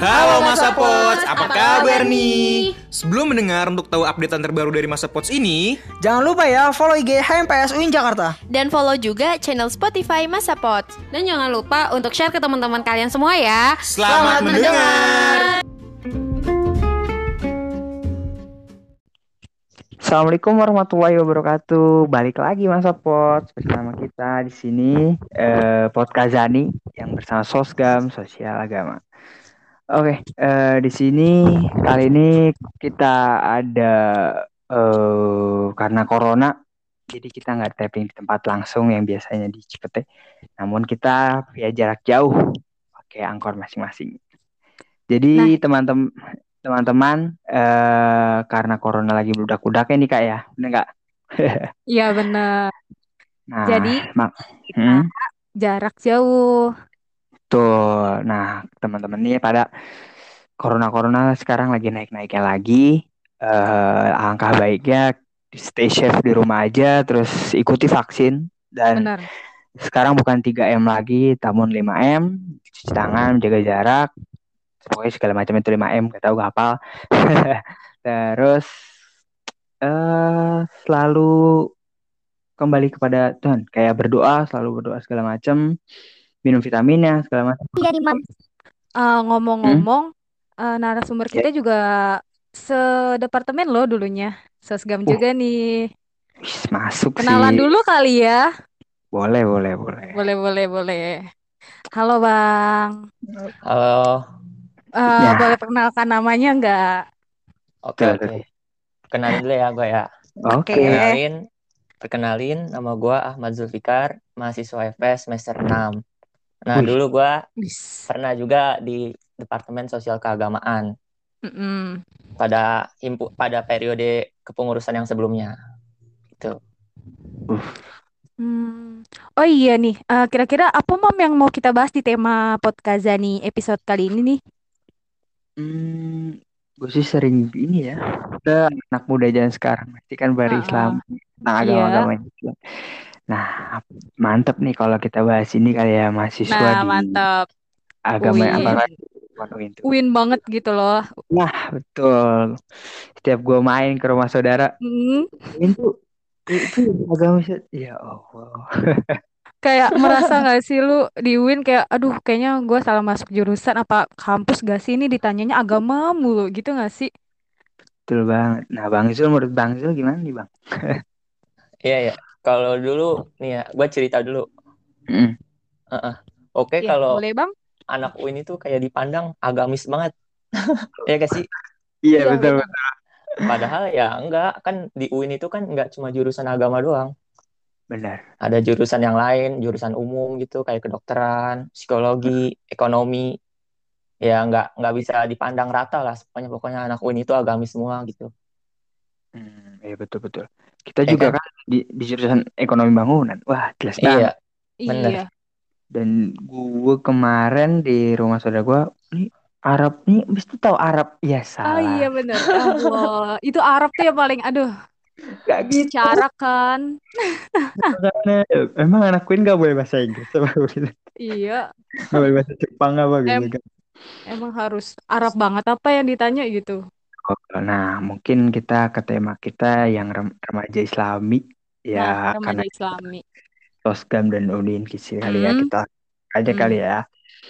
Halo Masa Pots, apa kabar nih? Sebelum mendengar untuk tahu updatean terbaru dari Masa Pots ini, jangan lupa ya follow IG HMPS UIN Jakarta. Dan follow juga channel Spotify Masa Pots. Dan jangan lupa untuk share ke teman-teman kalian semua ya. Selamat mendengar. Assalamualaikum warahmatullahi wabarakatuh. Balik lagi Masa Pots bersama kita di sini Podcazani yang bersama Sosgam Sosial Agama. Oke, di sini kali ini kita ada karena corona, jadi kita nggak tapping di tempat langsung yang biasanya di Cipete. Namun kita via jarak jauh pakai angkor masing-masing. Jadi teman-teman, karena corona lagi bludak-bludaknya nih Kak ya, bener nggak? Iya benar. Nah, Jadi jarak jauh. Tuh, nah teman-teman nih pada corona sekarang lagi naik-naiknya lagi. Alangkah baiknya stay safe di rumah aja, terus ikuti vaksin. Dan Benar. sekarang bukan 3M lagi, namun 5M, cuci tangan, jaga jarak, pokoknya segala macam itu 5M, gak tahu gak hafal. Terus selalu kembali kepada Tuhan, kayak berdoa, selalu berdoa segala macam. Minum vitaminnya segala macam. Ngomong-ngomong, narasumber kita juga sedepartemen loh dulunya. Sosgam juga nih. Masuk Kenalan sih. dulu kali ya. Boleh. Boleh. Halo Bang. Halo. Ya. Boleh perkenalkan namanya nggak? Oke. Kenalin dulu ya gue ya. Oke. Perkenalin, nama gue Ahmad Zulfikar, mahasiswa FS semester 6. Nah, dulu gue pernah juga di Departemen Sosial Keagamaan. Pada periode kepengurusan yang sebelumnya. Gitu. Oh iya nih, kira-kira apa Mam yang mau kita bahas di tema Podcazani episode kali ini nih? Gue sih sering ini ya, kita anak muda zaman sekarang pasti kan Islam, tentang agama-agama Islam. Nah, mantep nih kalau kita bahas ini kali ya, mahasiswa di mantap. agama apa UIN banget gitu loh. Nah, betul. Setiap gue main ke rumah saudara, itu agama ya Allah. Kayak merasa gak sih lu di UIN kayak aduh kayaknya gue salah masuk jurusan apa kampus gak sih, ini ditanyanya agama mulu gitu gak sih? Betul banget. Nah Bang Zul, menurut Bang Zul gimana nih Bang? Iya. Kalau dulu nih ya, gue cerita dulu. Oke, kalau boleh Bang. Anak UIN itu kayak dipandang agamis banget. Ya gak sih? Iya betul. Padahal ya enggak, kan di UIN itu kan enggak cuma jurusan agama doang. Benar. Ada jurusan yang lain, jurusan umum gitu, kayak kedokteran, psikologi, ekonomi. Ya enggak bisa dipandang rata lah. Pokoknya anak UIN itu agamis semua gitu. Iya betul. Kita juga kan di jurusan ekonomi bangunan. Wah, jelas banget. Benar. Iya. Dan gue kemarin di rumah saudara gue, nih Arab nih mesti tahu Arab. Ya salah. Oh iya benar. Allah, itu Arab tuh yang paling aduh. Gak gitu. Cara kan. Emang anak Queen gak boleh bahasa Inggris apa gitu? Iya. Gak boleh bahasa Jepang apa gitu kan? Emang harus Arab banget apa yang ditanya gitu? Nah, mungkin kita ke tema kita yang remaja Islami ya, remaja Islami. Sosgam dan Udin kali ya, kita aja kali ya.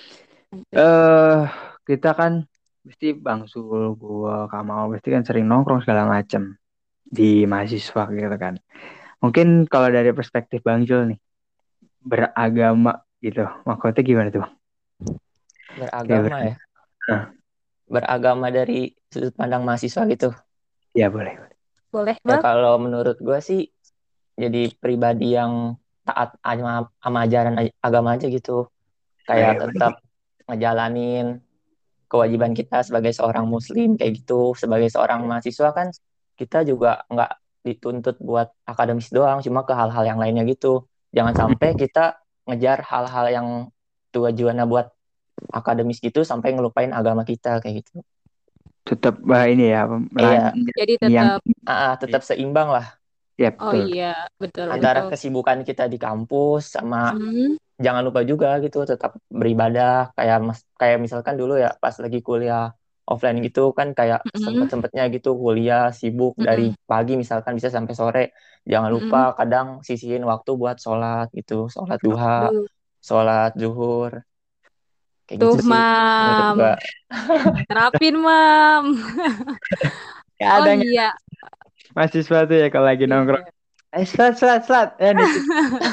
Kita kan mesti Bang Sul, gua, Kamal pasti kan sering nongkrong segala macam di mahasiswa gitu kan. Mungkin kalau dari perspektif Bang Zul nih, beragama gitu, maksudnya gimana tuh Bang? Beragama ya? Beragama dari sudut pandang mahasiswa gitu? Ya boleh. Boleh Bang? Ya kalau menurut gue sih, jadi pribadi yang taat sama ajaran agama aja gitu. Kayak tetap ngejalanin kewajiban kita sebagai seorang muslim kayak gitu. Sebagai seorang mahasiswa kan kita juga nggak dituntut buat akademis doang, cuma ke hal-hal yang lainnya gitu. Jangan sampai kita ngejar hal-hal yang tujuannya buat akademis gitu sampai ngelupain agama kita kayak gitu. Tetap ini ya. Jadi tetap seimbang lah. Ya, betul. Oh iya, betul. Antara kesibukan kita di kampus sama jangan lupa juga gitu tetap beribadah kayak misalkan dulu ya pas lagi kuliah offline gitu kan kayak Mm-mm. sempet-sempetnya gitu kuliah sibuk dari Mm-mm. pagi misalkan bisa sampai sore. Jangan Mm-mm. lupa kadang sisihin waktu buat sholat gitu, sholat duha, Duh, sholat zuhur, kayak tuh gitu sih menurut mam, gua. terapin mam. Oh Kadang iya, mahasiswa tuh ya kalau lagi nongkrong, iya. selat, selat, selat. Nitip.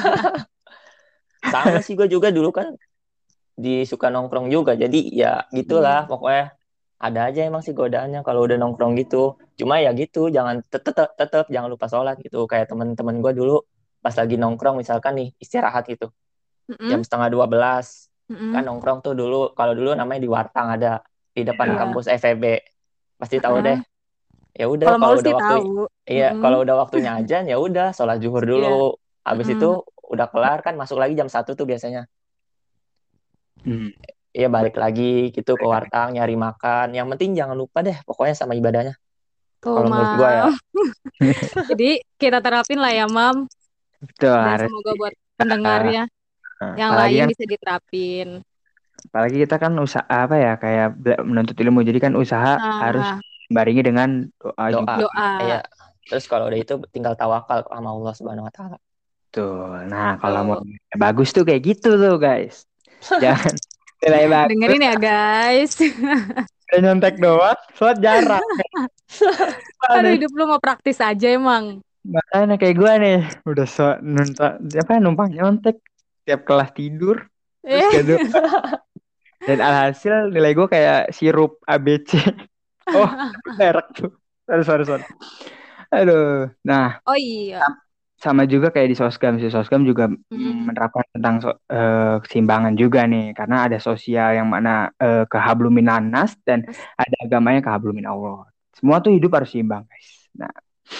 Sama sih gue juga dulu kan suka nongkrong juga. Jadi ya gitulah Iya. pokoknya ada aja emang sih godaannya kalau udah nongkrong gitu. Cuma ya gitu, jangan tetep jangan lupa sholat gitu. Kayak temen-temen gue dulu pas lagi nongkrong misalkan nih istirahat gitu jam Mm-mm. setengah 12 kan Mm-mm. nongkrong tuh dulu kalau dulu namanya di Wartang ada di depan Nah, Iya. kampus FEB pasti tahu deh. Heeh. Ya udah Kalau mau kalau udah sih waktu tahu. iya Mm-mm. kalau udah waktunya ajan ya udah sholat zuhur Iya. dulu. Habis itu Mm-mm. udah kelar kan masuk lagi jam 1 tuh biasanya. hmm, Iya balik betul. lagi gitu ke wartang nyari makan. Yang penting jangan lupa deh pokoknya sama ibadahnya. Tuh Kalau menurut gua ya. mam. Jadi kita terapin lah ya mam. Betul, Dan harus. semoga buat uh, pendengarnya yang apalagi lain kan, bisa diterapin. apalagi kita kan usaha apa ya, kayak menuntut ilmu. Jadi kan usaha harus Nah, barengi dengan doa Doa. juga. Iya. doa. Terus kalau udah itu tinggal tawakal sama Allah Subhanahu wa taala. Tuh. Nah, kalau mau Tuh. bagus tuh kayak gitu tuh, guys. Jangan nilai bagus, Dengerin ya guys. udah nyontek doang, sholat jarang. Aduh, Nih, hidup lu mau praktis aja emang. makanya kayak gue nih, udah numpang nyontek tiap kelas tidur, terus Eh, gak doa. Dan alhasil nilai gue kayak sirup ABC. Oh, merek tuh. Sorry, sorry, sorry. Aduh. Nah, oh iya. sama juga kayak di Sosgam. Di Sosgam juga Mm-mm. menerapkan tentang keseimbangan juga nih. Karena ada sosial yang mana kehablumin nanas dan Mas- ada agamanya kehablumin Allah. Semua tuh hidup harus seimbang, guys. Nah,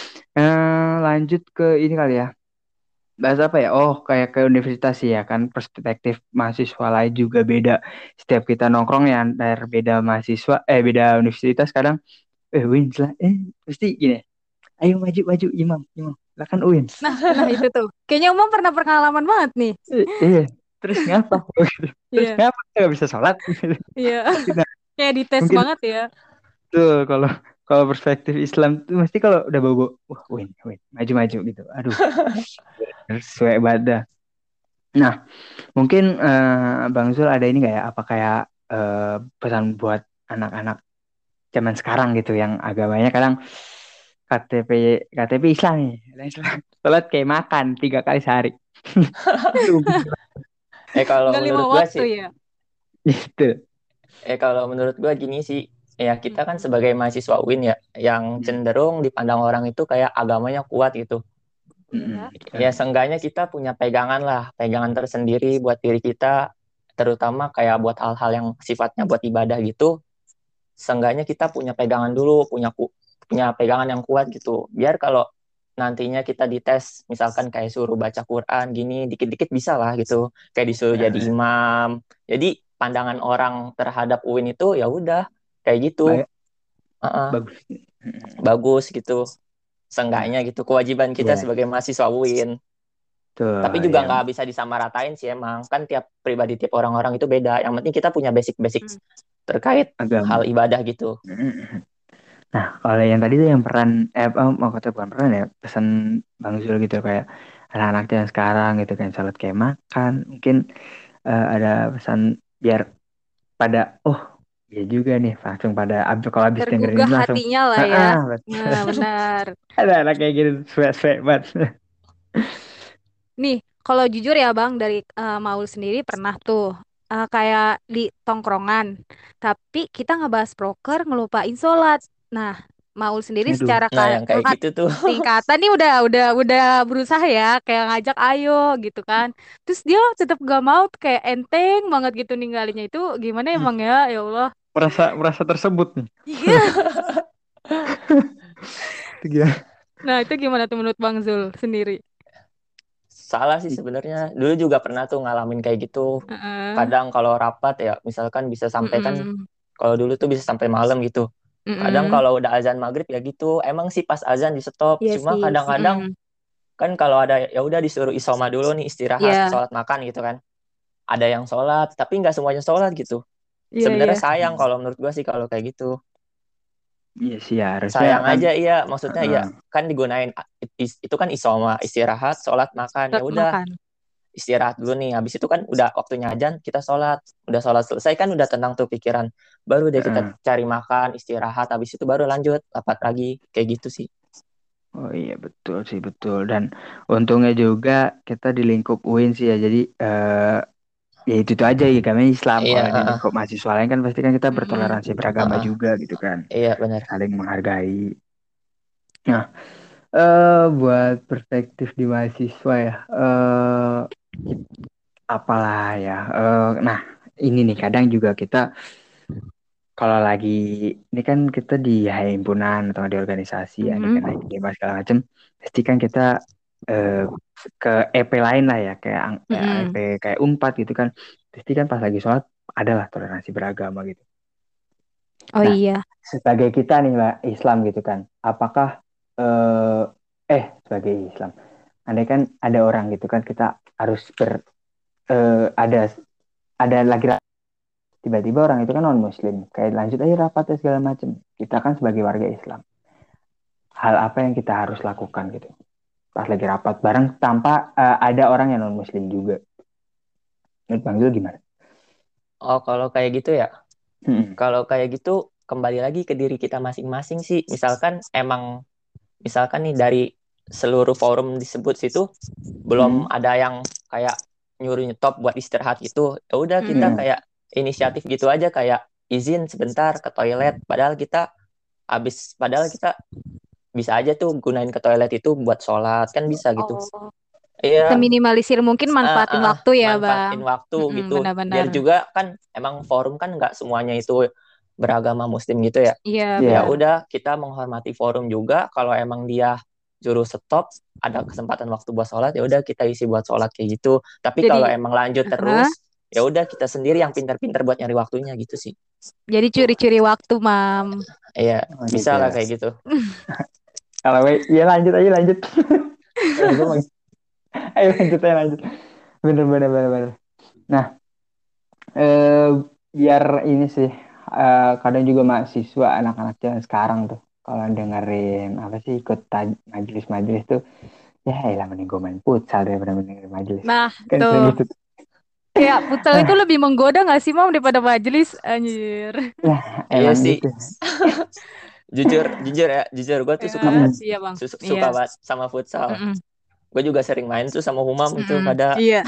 lanjut ke ini kali ya. Bahas apa ya? Oh, kayak ke universitas sih ya kan. Perspektif mahasiswa lain juga beda. Setiap kita nongkrong ya dari beda mahasiswa, beda universitas kadang, Wins lah, pasti gini. Ayo maju maju Imam Imam lah kan Wins. Nah itu tuh. Kayaknya Umam pernah pengalaman banget nih. Iya. Terus ngapa? Terus Iya, ngapa nggak bisa sholat? iya. Nah, Kayak dites mungkin banget ya. tuh kalau kalau perspektif Islam tuh mesti kalau udah bobo, wah win win maju maju gitu. Aduh, sesuai ibadah. Nah, mungkin Bang Zul ada ini nggak ya? Apa kayak pesan buat anak-anak zaman sekarang gitu yang agamanya kadang KTP KTP Islam nih, ada Islam. Sholat kayak makan 3 kali sehari. Kalau Nggak lima menurut gua waktu sih ya. Gitu. kalau menurut gua gini sih ya kita kan sebagai mahasiswa UIN ya yang Hmm. cenderung dipandang orang itu kayak agamanya kuat gitu. Iya. Ya seenggaknya kita punya pegangan lah, pegangan tersendiri buat diri kita, terutama kayak buat hal-hal yang sifatnya buat ibadah gitu. Seenggaknya kita punya pegangan dulu, punya pegangan yang kuat gitu. Biar kalau nantinya kita dites, misalkan kayak suruh baca Quran gini, dikit-dikit bisa lah gitu. Kayak disuruh jadi Nah, imam. Jadi pandangan orang terhadap UIN itu ya udah kayak gitu. baik, Uh-uh, bagus. bagus gitu. Nah, Seenggaknya gitu kewajiban kita iya, sebagai mahasiswa UIN. tuh Tapi juga ya nggak bisa disamaratain sih emang. Kan tiap pribadi, tiap orang-orang itu beda. Yang penting kita punya basic-basic Hmm. terkait hal agama. ibadah gitu. Nah, kalau yang tadi tuh yang peran, mau kata bukan peran ya, pesan Bang Zul gitu kayak anak-anak yang sekarang gitu kan salat kayak makan, mungkin ada pesan biar pada, oh ya juga nih, langsung pada kalau habis dengerin Tergugah ini langsung, hatinya lah ya. ah, Nah, benar. ada anak kayak gitu, suwe-suwe banget. Nih, kalau jujur ya Bang, dari Maul sendiri pernah tuh kayak di tongkrongan, tapi kita ngebahas proker ngelupain sholat. Nah, Maul sendiri Aduh, secara Nah, yang kayak kakak gitu tuh. tingkatan nih udah berusaha ya, kayak ngajak ayo gitu kan. Terus dia tetap gak mau, tuh kayak enteng banget gitu ninggalinnya itu gimana ya Bang ya, ya Allah. merasa tersebut nih. Iya. Itu gimana? Nah, itu gimana tuh menurut Bang Zul sendiri? Salah sih sebenarnya. Dulu juga pernah tuh ngalamin kayak gitu. Heeh. Kadang kalau rapat ya, misalkan bisa sampai kan, Mm-mm. kalau dulu tuh bisa sampai malam gitu. Kadang Mm-mm. kalau udah azan maghrib ya gitu. Emang sih pas azan di stop. Iya Cuma sih. kadang-kadang Mm-mm. kan kalau ada ya udah disuruh isoma dulu nih istirahat, Iya. sholat makan gitu kan. ada yang sholat tapi nggak semuanya sholat gitu. Iya, Sebenarnya iya. sayang kalau menurut gua sih kalau kayak gitu. Iya sih harusnya Sayang kan. aja iya, maksudnya ya Heeh. kan digunain itu kan isoma, istirahat, sholat, makan. Ya Sholat udah, makan. istirahat dulu nih. Habis itu kan udah waktunya azan, kita sholat. Udah sholat selesai kan udah tenang tuh pikiran. Baru deh kita Heeh. cari makan, istirahat. Habis itu baru lanjut rapat lagi. Kayak gitu sih. Oh iya betul sih betul, dan untungnya juga kita di lingkup UIN sih ya, jadi ya itu aja ya kami Islam. Iya, Kalau di lingkup mahasiswa lain kan pasti kan kita Mm-mm. bertoleransi beragama juga gitu kan, iya benar. saling menghargai. Nah, buat perspektif di mahasiswa ya, apalah ya. Nah, ini nih kadang juga kita kalau lagi ini kan kita di himpunan atau di organisasi ya, di Mm-mm. kan segala macam, pasti kan kita eh, ke EP lain lah ya, kayak EP Mm-mm. kayak Unpad gitu kan, pasti kan pas lagi sholat adalah toleransi beragama gitu. Oh Nah, iya. sebagai kita nih Mbak Islam gitu kan, apakah eh sebagai Islam, andai kan ada orang gitu kan, kita harus ada lagi tiba-tiba orang itu kan non muslim, kayak lanjut aja rapatnya segala macam, kita kan sebagai warga Islam, hal apa yang kita harus lakukan gitu pas lagi rapat bareng tanpa ada orang yang non muslim juga, menurut Bang Zul gimana? Oh, kalau kayak gitu ya. Hmm. Kalau kayak gitu kembali lagi ke diri kita masing-masing sih. Misalkan nih dari seluruh forum disebut situ belum Hmm. ada yang kayak nyuruh nyetop buat istirahat gitu. Ya udah kita Mm-mm. Hmm. kayak inisiatif gitu aja kayak izin sebentar ke toilet. Padahal kita bisa aja tuh gunain ke toilet itu buat sholat kan bisa gitu. Oh, Iya, seminimalisir mungkin manfaatin waktu ya, Bang. manfaatin waktu Mm-mm, gitu. benar-benar. Biar juga kan emang forum kan nggak semuanya itu beragama muslim gitu ya. Iya, Ya benar. Ya, udah kita menghormati forum juga kalau emang dia juru stop ada kesempatan waktu buat sholat ya udah kita isi buat sholat kayak gitu, tapi kalau Jadi, emang lanjut hah? terus ya udah kita sendiri yang pintar-pintar buat nyari waktunya gitu sih. Jadi curi-curi waktu, Mam. Iya oh, bisa gitu. lah kayak gitu. Kalau ya lanjut aja lanjut. Gue mau, ayo lanjut aja lanjut. Bener bener bener bener. Nah, eh, biar ini sih, kadang juga mahasiswa anak-anak zaman sekarang tuh kalau dengerin apa sih ikut majelis-majelis tuh, ya elah mending gue main futsal daripada dengerin majelis, Nah, kan sering tuh. gitu. Kayak futsal itu lebih menggoda gak sih, Mam, daripada majelis? Anjir. Lah Iya emang sih. gitu. Jujur gue tuh Ya, suka banget iya, Bang. Iya. suka banget sama futsal. Mm-mm. Gue juga sering main tuh sama Humam itu Mm-mm. pada. Iya.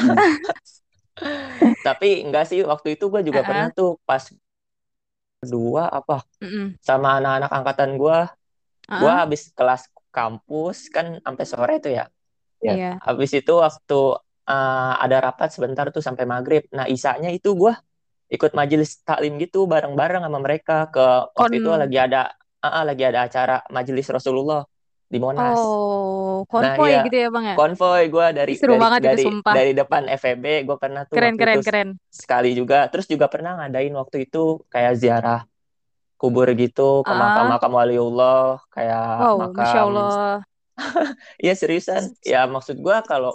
Tapi enggak sih, waktu itu gue juga pernah Uh-uh. tuh pas kedua apa Mm-mm. sama anak-anak angkatan gue Uh-uh. habis kelas kampus kan sampai sore tuh ya. Ya. Iya. Habis itu waktu ada rapat sebentar tuh sampai maghrib. Nah isanya itu gue ikut majelis taklim gitu bareng-bareng sama mereka ke Kon waktu itu lagi ada acara majelis Rasulullah di Monas. Oh, Nah konvoy ya gitu ya, Bang ya? konvoy gue Ih, seru banget itu, sumpah. dari depan FEB gue pernah tuh Keren, waktu itu keren, keren. sekali juga. Terus juga pernah ngadain waktu itu kayak ziarah kubur gitu ke Ah, makam-makam waliullah kayak wow, Masya makam. Allah. Iya seriusan ya maksud gue kalau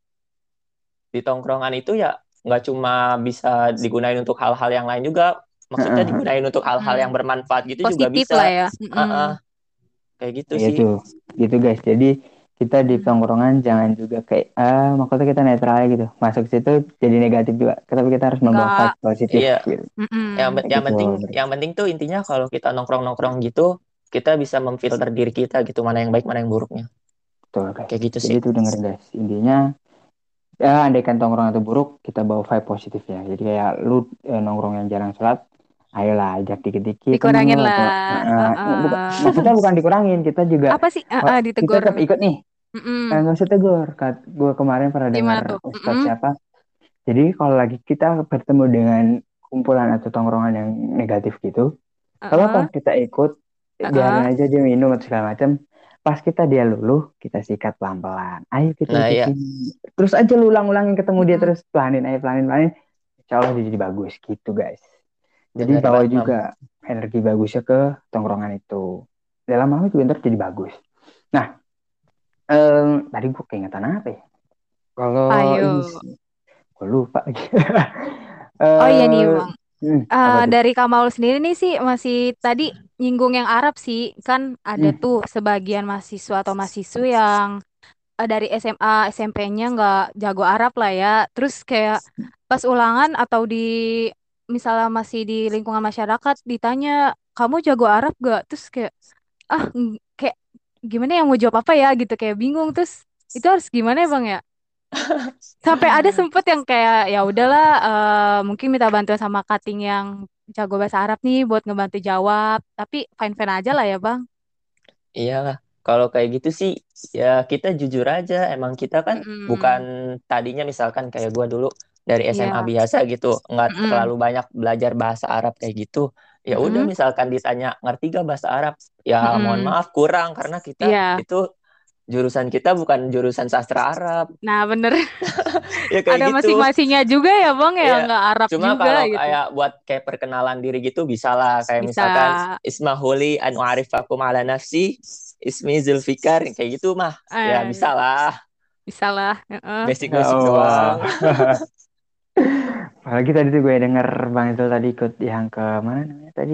di tongkrongan itu ya nggak cuma bisa digunain untuk hal-hal yang lain juga, maksudnya digunain untuk hal-hal yang Mm. bermanfaat gitu juga Positif bisa. lah ya. Kayak gitu Ya sih. itu gitu guys, jadi kita di Mm. tongkrongan jangan juga kayak maksudnya kita netral aja gitu, masuk situ jadi negatif juga, tapi kita harus membawa Enggak. vibe positif Iya, gitu. Mm-mm. Kayak gitu. yang penting tuh intinya kalau kita nongkrong-nongkrong gitu kita bisa memfilter diri kita gitu mana yang baik mana yang buruknya. Betul guys, Kayak gitu jadi sih. itu dengerin guys, intinya ya andaikan tongkrong itu buruk kita bawa vibe positif ya, jadi kayak lu nongkrong yang jarang sholat, ayolah ajak dikit-dikit temen Dikurangin lu atau lah. maksudnya bukan dikurangin, kita juga Apa sih? kita Ditegur. tetap ikut nih. Mm-mm. Nggak usah tegur. Gue kemarin pernah dengar Gimana tuh? Ustadz siapa. Jadi kalau lagi kita bertemu dengan kumpulan atau tongkrongan yang negatif gitu, kalau apa Uh-uh. kita ikut, Uh-uh. biarin aja dia minum atau segala macam. Pas kita dia luluh, kita sikat pelan-pelan. Ayo kita Nah ikut ya sini. Terus aja lu ulang-ulangin ketemu dia, Mm-mm. terus pelanin aja pelanin. Insya Allah dia jadi bagus gitu guys. Jadi benar bawa banget Mam. juga energi bagusnya ke tongkrongan itu. Dalam lama juga ntar jadi bagus. Nah, tadi gue keingetan apa ya? Kalau Ayo. ini sih, Gue lupa. Oh iya nih Eh, Bang. apa tuh? Dari Kamal sendiri nih sih masih tadi nyinggung yang Arab sih. Kan ada Hmm, tuh sebagian mahasiswa atau mahasiswa yang dari SMA, SMP-nya nggak jago Arab lah ya. Terus kayak pas ulangan atau di misalnya masih di lingkungan masyarakat ditanya, kamu jago Arab gak? Terus kayak kayak gimana yang mau jawab apa ya gitu kayak bingung. Terus itu harus gimana ya Bang ya? Sampai ada sempet yang kayak ya udahlah mungkin minta bantuan sama cutting yang jago bahasa Arab nih buat ngebantu jawab. Tapi fine-fine aja lah ya Bang. Iyalah, kalau kayak gitu sih ya kita jujur aja. Emang kita kan bukan Mm-mm. tadinya misalkan kayak gua dulu dari SMA Iya. biasa gitu, nggak Mm-mm. terlalu banyak belajar bahasa Arab kayak gitu. Ya udah Mm-mm. misalkan ditanya ngerti gak bahasa Arab, ya mohon Mm-mm. maaf kurang karena kita Iya. itu jurusan kita bukan jurusan sastra Arab. Nah bener. Ya kayak Ada gitu. masing-masingnya juga ya Bang ya Iya, nggak Arab cuma juga kalau gitu. kayak buat kayak perkenalan diri gitu bisa lah. Kayak Bisa. misalkan Ismahuli an u'arifakum ala nafsi, Ismi Zulfikar, kayak gitu mah. Ya bisa Eh, lah, bisa lah. Heeh. ya basic-basic Allah. doang. Apalagi tadi tuh gue denger Bang itu tadi ikut yang ke mana namanya tadi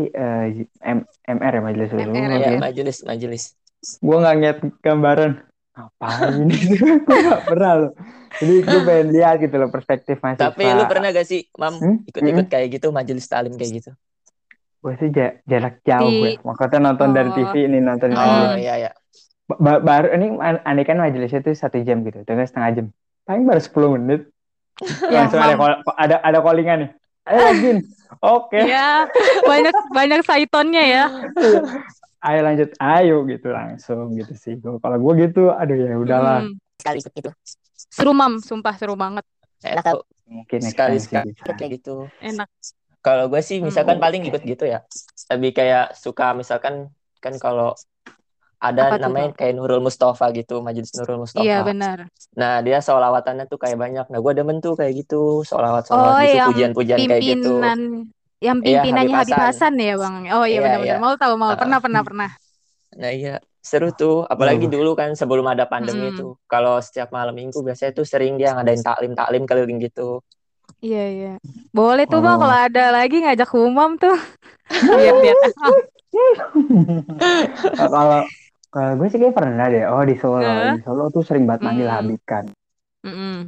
MR ya Majelis MR Ulama Ya, gitu. MR. majelis. Gue nggak ngeliat gambaran ngapain itu. Gue nggak pernah loh. Jadi gue pengen lihat gitu loh perspektif Tapi mahasiswa. lu pernah gak sih, Mam, ikut-ikut kayak gitu, majelis talim kayak gitu? Gue sih jarak jauh ya. Di Maksudnya nonton dari TV oh. ini nonton di Oh majelis. Mm-mm. iya ya. Baru ini aneh kan majelisnya itu 1 jam gitu, dengan setengah jam. Paling baru 10 menit. Ya, Langsung ada Mam. ada callingan nih. Ayo login. Oke. Ya, banyak banyak saitonnya ya. Iya. Ayo lanjut. Ayo gitu langsung gitu sih. Kalau gue gitu, aduh ya udahlah. Mm-mm. Sekali ikut gitu. Seru Mam, sumpah seru banget. Enak tau. Mungkin next time sih Sekali-sekali bisa. ikut kayak gitu. Enak. Kalau gue sih misalkan paling Oke. ikut gitu ya. Lebih kayak suka misalkan kan kalau ada Apa tuh Bang? namanya kayak Nurul Mustafa gitu, Majelis Nurul Iya Mustafa. benar. Nah, dia sholawatannya tuh kayak banyak. Nah, gue demen tuh kayak gitu, sholawat-sholawat Oh, gitu, yang pujian-pujian kayak gitu. pimpinan, yang Iya, Habib pimpinannya Habib Hasan. Hasan ya Bang. Oh iya Iya, benar-benar. iya. Mau tahu mau Heeh. pernah. Nah, iya. Seru tuh. Apalagi Bagus. dulu kan sebelum ada pandemi Mm-mm. tuh. Kalau setiap malam minggu biasanya tuh sering dia ngadain taklim-taklim keliling gitu. Iya iya. Boleh tuh Bang kalau Oh. ada lagi ngajak umum tuh. Biar biar. Kalau kalau gue sih kayak pernah deh. Oh di Solo. Eh, Di Solo tuh sering banget manggil mm, Habib kan. mm-mm.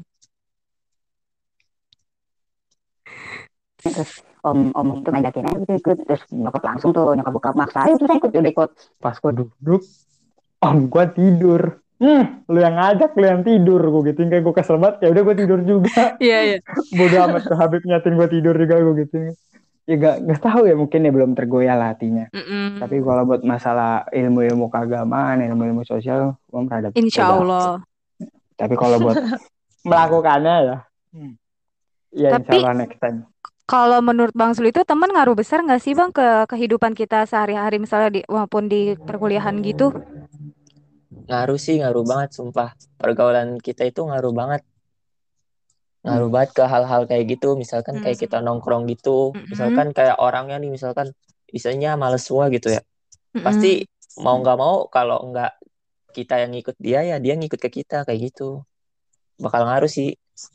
Terus om itu ngajakin aja gitu ikut, terus nyokap langsung tuh nyokap buka maksa ayo terus saya ikut, udah ikut. Pas gue duduk om gue tidur. Lu yang ngajak, lu yang tidur, gue gituin, kayak gue kesel banget, ya udah gue tidur juga. Iya iya. Bodo amat tuh Habib nyatin gue tidur juga, gue gituin. Ya gak tahu ya, mungkin ya belum tergoyah lah hatinya. Tapi Mm-mm. kalau buat masalah ilmu-ilmu keagamaan, ilmu-ilmu sosial, gue merada Insya udah. Allah. Tapi kalau buat melakukannya ya, ya insya Tapi Allah next time. kalau menurut Bang Zul itu teman ngaruh besar nggak sih Bang ke kehidupan kita sehari-hari misalnya di maupun di perkuliahan gitu? Ngaruh banget, sumpah. Pergaulan kita itu ngaruh banget. Ngaruh Hmm. banget ke hal-hal kayak gitu. Misalkan kayak kita Mm. nongkrong gitu. Mm-mm. Misalkan kayak orangnya nih, misalkan misalnya males semua gitu ya. Pasti Mm-mm. mau nggak mau kalau nggak kita yang ngikut dia ya dia ngikut ke kita kayak gitu. Bakal ngaruh sih.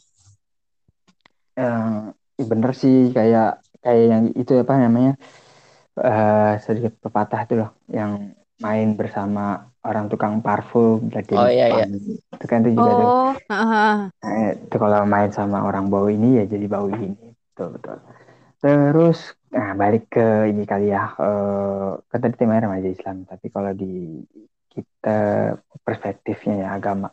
Bener sih, kayak yang itu apa namanya, sedikit pepatah itu loh, yang main bersama orang tukang parfum jadi Oh iya iya. wangi. Itu kan, itu juga tuh. Oh, heeh. Itu kalau main sama orang bau ini ya jadi bau ini. Betul betul. Terus balik ke ini kali ya, kan tadi temanya remaja Islam, tapi kalau di kita perspektifnya ya agama,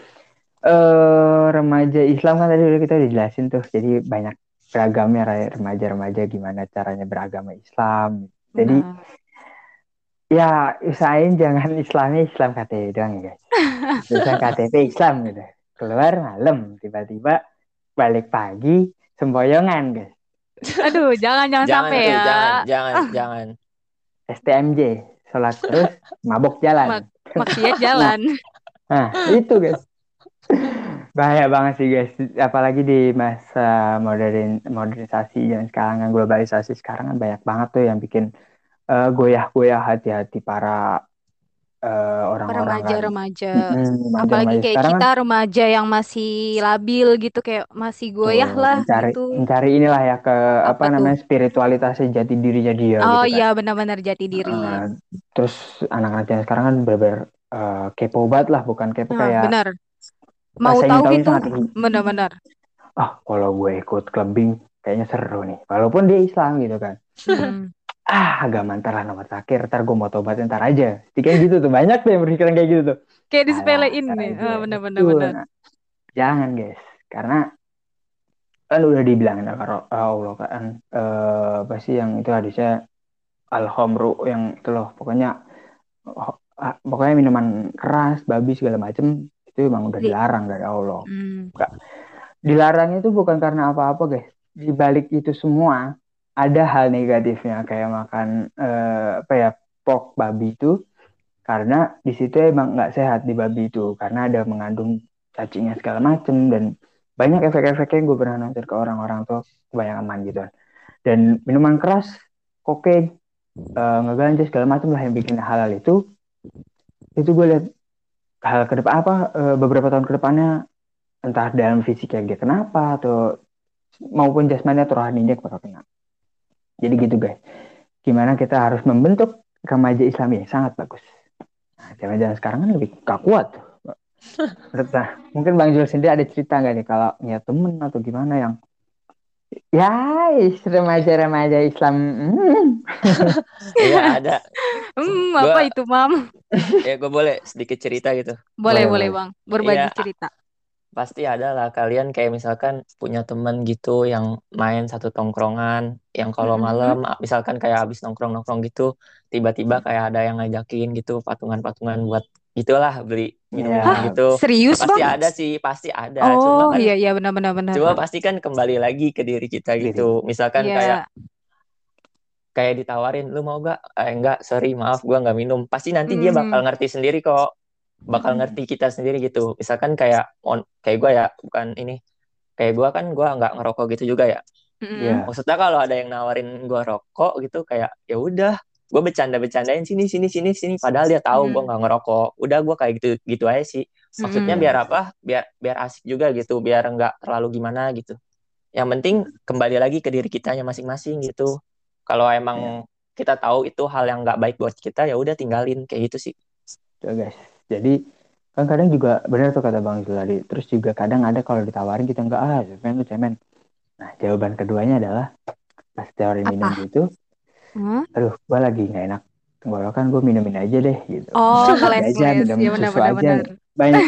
remaja Islam kan tadi udah kita udah jelasin tuh, jadi banyak beragamnya remaja-remaja gimana caranya beragama Islam. Jadi Benar. ya usahain jangan Islamnya Islam KTP doang ya guys. Bisa KTP Islam gitu. Keluar malam tiba-tiba balik pagi semboyongan guys. Aduh, jangan Jangan sampai tuh, ya. jangan. STMJ, sholat terus mabuk jalan. Maksiat jalan. Nah itu guys. Bahaya banget sih guys, apalagi di masa modernisasi dan sekarang kan, globalisasi sekarang kan banyak banget tuh yang bikin goyah-goyah hati-hati para orang-orang kan. Remaja-remaja. Apalagi Remaja-remaja kayak sekarang kan kita remaja yang masih labil gitu, kayak masih goyah tuh lah mencari gitu. mencari inilah ya ke apa Apa tuh? namanya spiritualitasnya jati dirinya dia Oh gitu kan. iya, benar-benar jati diri. Eh, terus anak-anak zaman sekarang kan bener-bener kepo banget lah, bukan kepo Nah, kayak benar. Mau rasa ingin tahu tahunya gitu, sangat tinggi. benar-benar. Kalau gue ikut clubbing kayaknya seru nih, walaupun dia Islam gitu kan. Mm. Agama ntar lah nomor terakhir, ntar gue mau tobat ntar aja. Jadi kayak gitu tuh, banyak tuh yang berpikiran kayak gitu tuh. Kayak Alah, disepelein ntar nih. aja. Benar-benar Betul. benar. Nah, jangan guys, karena kan udah dibilangin kalau Allah kan apa sih yang itu hadisnya al-khamru yang itu loh, pokoknya minuman keras, babi segala macem itu emang udah Di- dilarang dari Allah. Mm. Nggak, dilarangnya itu bukan karena apa-apa guys. Di balik itu semua ada hal negatifnya kayak makan apa ya, pork babi itu, karena di situ emang nggak sehat di babi itu karena ada mengandung cacingnya segala macem dan banyak efek-efeknya yang gue pernah nonton ke orang-orang tuh kebanyakan aman gitu kan. Dan minuman keras, kokain, ngeganja segala macam lah yang bikin halal itu gue lihat hal ke depan apa beberapa tahun ke depannya entah dalam fisiknya dia kenapa atau maupun jasmani atau rohaninya bakal kena. Jadi gitu guys. Gimana kita harus membentuk remaja Islami yang sangat bagus. Nah, zaman-zaman sekarang kan lebih gak kuat. Nah, mungkin Bang Jul sendiri ada cerita nggak nih kalau punya temen atau gimana yang ya remaja-remaja Islam. Iya ada. Apa Gue itu, Mam? gue boleh sedikit cerita gitu. Boleh, Boleh, boleh, boleh. Bang. Berbagi Iya, cerita. pasti ada lah kalian kayak misalkan punya temen gitu yang main satu tongkrongan, yang kalau Mm-mm. malam misalkan kayak habis nongkrong-nongkrong gitu, tiba-tiba kayak ada yang ngajakin gitu patungan-patungan buat gitulah beli minuman Ya, gitu. Serius, Pasti Bang? ada sih, pasti ada. Oh, iya, iya, benar-benar benar. Cuma pasti kan kembali lagi ke diri kita diri. gitu. Misalkan kayak Iya. kayak ditawarin, lu mau gak? Enggak, sorry, maaf, gua nggak minum. Pasti nanti dia bakal Mm. ngerti sendiri kok. Bakal ngerti kita sendiri gitu. Misalkan kayak gue ya, bukan ini. Kayak gue kan gue nggak ngerokok gitu juga ya. Mm-mm. Ya, Maksudnya kalau ada yang nawarin gue rokok gitu, kayak ya udah, gue bercanda-bercandain sini sini sini sini. Padahal dia tahu gue Mm. nggak ngerokok. Udah gue kayak gitu gitu aja sih. Maksudnya Mm-mm. biar apa? Biar asik juga gitu. Biar nggak terlalu gimana gitu. Yang penting kembali lagi ke diri kitanya masing-masing gitu. Kalau ya, emang kita tahu itu hal yang nggak baik buat kita, ya udah tinggalin kayak gitu sih. tuh guys. Jadi kan kadang juga benar tuh kata Bang Zul tadi. Terus juga kadang ada kalau ditawarin kita enggak cemen tuh cemen. Nah, jawaban keduanya adalah pas teori minum Apa? gitu, Hah? aduh, gue lagi nggak enak tenggorokan, gue minumin aja deh gitu. Oh, Minum kopi aja, ngeles-ngeles. minum Ya susu benar-benar aja. benar. Banyak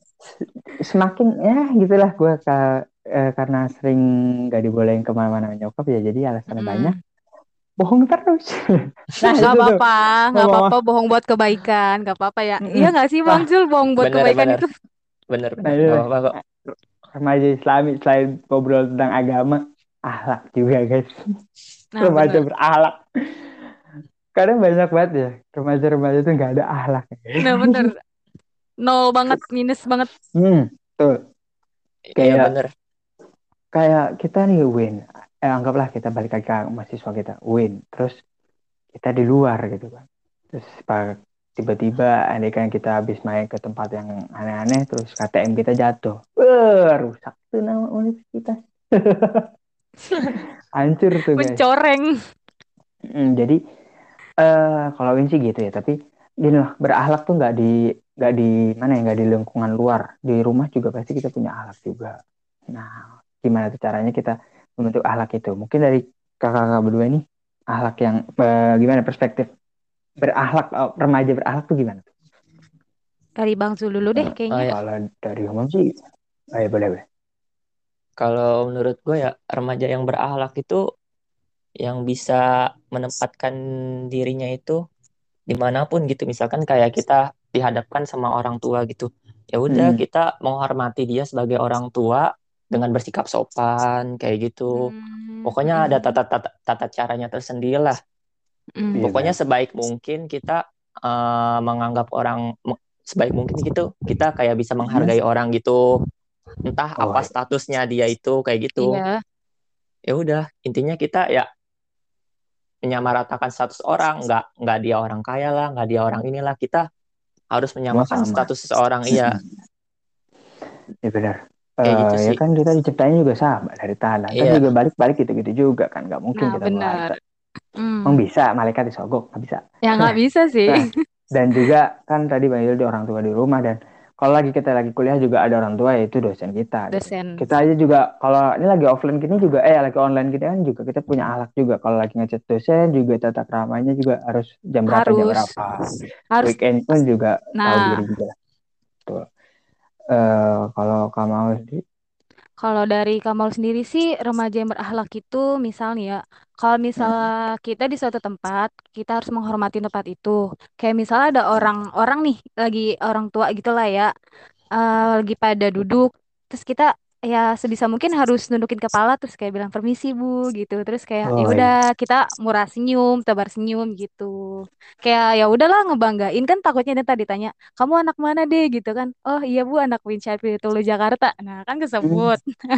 semakin ya gitulah gue karena sering nggak dibolehin kemana-mana nyokap ya jadi alasannya banyak, Mm. bohong terus. Nah Nggak itu tuh apa-apa, nggak ngomong apa-apa bohong buat kebaikan, nggak apa-apa ya. Iya mm nggak sih, Bang lah. Zul, bohong buat kebaikan Bener-bener, itu? Nah bener-bener, itu nggak apa-apa kok. remaja Islami selain ngobrol tentang agama, akhlak juga guys. Nah, Remaja benar. berakhlak. Kadang banyak banget ya remaja-remaja itu nggak ada akhlak. Nah, benar. Nol banget, minus banget. Tuh Iya kayak bener. kayak kita nih win, anggaplah kita balik lagi ke mahasiswa kita win, terus kita di luar gitu kan, terus tiba-tiba andai kan kita habis main ke tempat yang aneh-aneh terus KTM kita jatuh, rusak tuh nama universitas. Hancur tuh guys. Mencoreng. Jadi kalau Win sih gitu ya, tapi gini loh, berakhlak tuh nggak di mana ya, nggak di lingkungan luar, di rumah juga pasti kita punya akhlak juga. Nah, gimana tuh caranya kita membentuk akhlak itu? Mungkin dari kakak-kakak berdua ini, akhlak yang gimana perspektif berakhlak, remaja berakhlak tuh gimana tuh? Dari Bang Zul dulu deh Oh kayaknya. ya, Kalau dari umum sih, ya boleh boleh. kalau menurut gue ya remaja yang berakhlak itu yang bisa menempatkan dirinya itu dimanapun gitu. Misalkan kayak kita dihadapkan sama orang tua gitu. Ya udah Mm-mm. kita menghormati dia sebagai orang tua dengan bersikap sopan kayak gitu. Hmm, Pokoknya ada tata caranya tersendiri lah. mm. Iya Pokoknya kan. sebaik mungkin kita menganggap orang sebaik mungkin gitu kita kayak bisa Mm-mm. menghargai orang gitu. Entah Oh apa statusnya dia itu kayak gitu. Iya. Ya udah intinya kita ya menyamaratakan status orang, nggak dia orang kaya lah, nggak dia orang inilah, kita harus Semua menyamakan sama. status seseorang. Iya, Ya benar. kayak gitu Ya sih. kan kita diciptain juga sama dari tanah. Ntar Iya, juga balik-balik gitu-gitu juga kan. Nggak mungkin Nah, kita benar. malaikat. Emang Hmm. bisa malaikat disogok? Nggak bisa. Ya nggak bisa sih. Nah, dan juga kan tadi Bang Yul di orang tua di rumah, dan kalau lagi kita lagi kuliah juga ada orang tua, yaitu dosen kita gitu. Dosen. Kita aja juga kalau ini lagi offline gini juga lagi online gini kan juga kita punya ahlak juga. Kalau lagi ngechat dosen juga tata keramanya juga harus jam Harus. berapa. Harus. Weekend pun juga tahu Nah, diri juga. Betul. Kalau kamu sendiri, kalau dari Kamal sendiri sih, remaja yang berakhlak itu misalnya ya, kalau misalnya kita di suatu tempat, kita harus menghormati tempat itu. Kayak misalnya ada orang-orang nih, lagi orang tua gitulah ya, lagi pada duduk, terus kita ya sebisa mungkin harus nundukin kepala, terus kayak bilang permisi bu gitu, terus kayak ya oh iya, udah kita murah senyum, tebar senyum gitu. Kayak ya udahlah ngebanggain kan, takutnya nanti ditanya kamu anak mana deh gitu kan, oh iya bu anak Winchat Tulu Jakarta, nah kan Hmm, kesebut.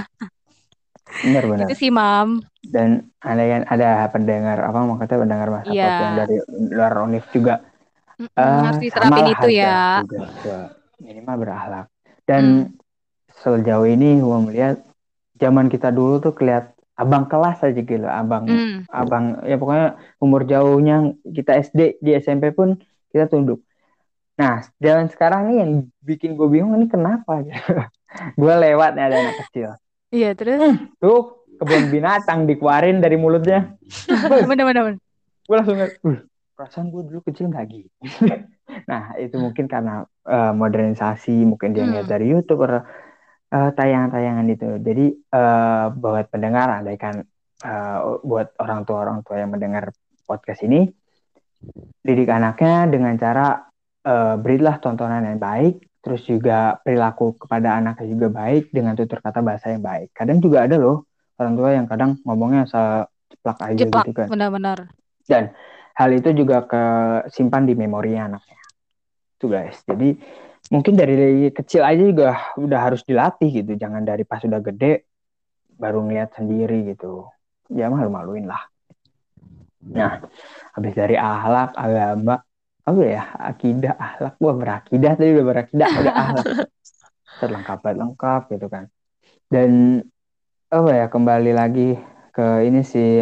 Gitu benar-benar. sih mam. Dan ada pendengar apa mau kata pendengar Iya. Masapot yang dari luar univ juga Harus sama diterapin lah itu harusnya ya. juga minimal berakhlak. Dan Mm, sejauh ini gua melihat zaman kita dulu tuh kelihat abang kelas aja gitu, abang mm. abang ya pokoknya umur jauhnya kita SD di SMP pun kita tunduk. Nah, zaman sekarang nih yang bikin gue bingung ini kenapa gitu. Gue lewat nih ada anak kecil. Iya terus. Tuh kebun binatang dikeluarin dari mulutnya. Bener-bener. Gue langsung perasaan gue dulu kecil nggak gitu. Nah, itu mungkin karena modernisasi, mungkin dia ngeliat Mm. dari YouTube atau tayangan-tayangan itu. Jadi buat pendengar, andaikan buat orang tua yang mendengar podcast ini, didik anaknya dengan cara berilah tontonan yang baik, terus juga perilaku kepada anaknya juga baik dengan tutur kata bahasa yang baik. Kadang juga ada loh orang tua yang kadang ngomongnya asal ceplak aja Jeplak, gitu kan. benar-benar. Dan hal itu juga kesimpan di memori anaknya. Itu guys. Jadi mungkin dari kecil aja juga udah harus dilatih gitu. Jangan dari pas udah gede baru ngeliat sendiri gitu. Ya malu-maluin lah. Nah, habis dari akhlak, agama, apa ya? Akidah, akhlak. Wah, berakidah tadi udah berakidah, udah akhlak. Terlengkap banget lengkap gitu kan. Dan apa ya? Kembali lagi ke ini sih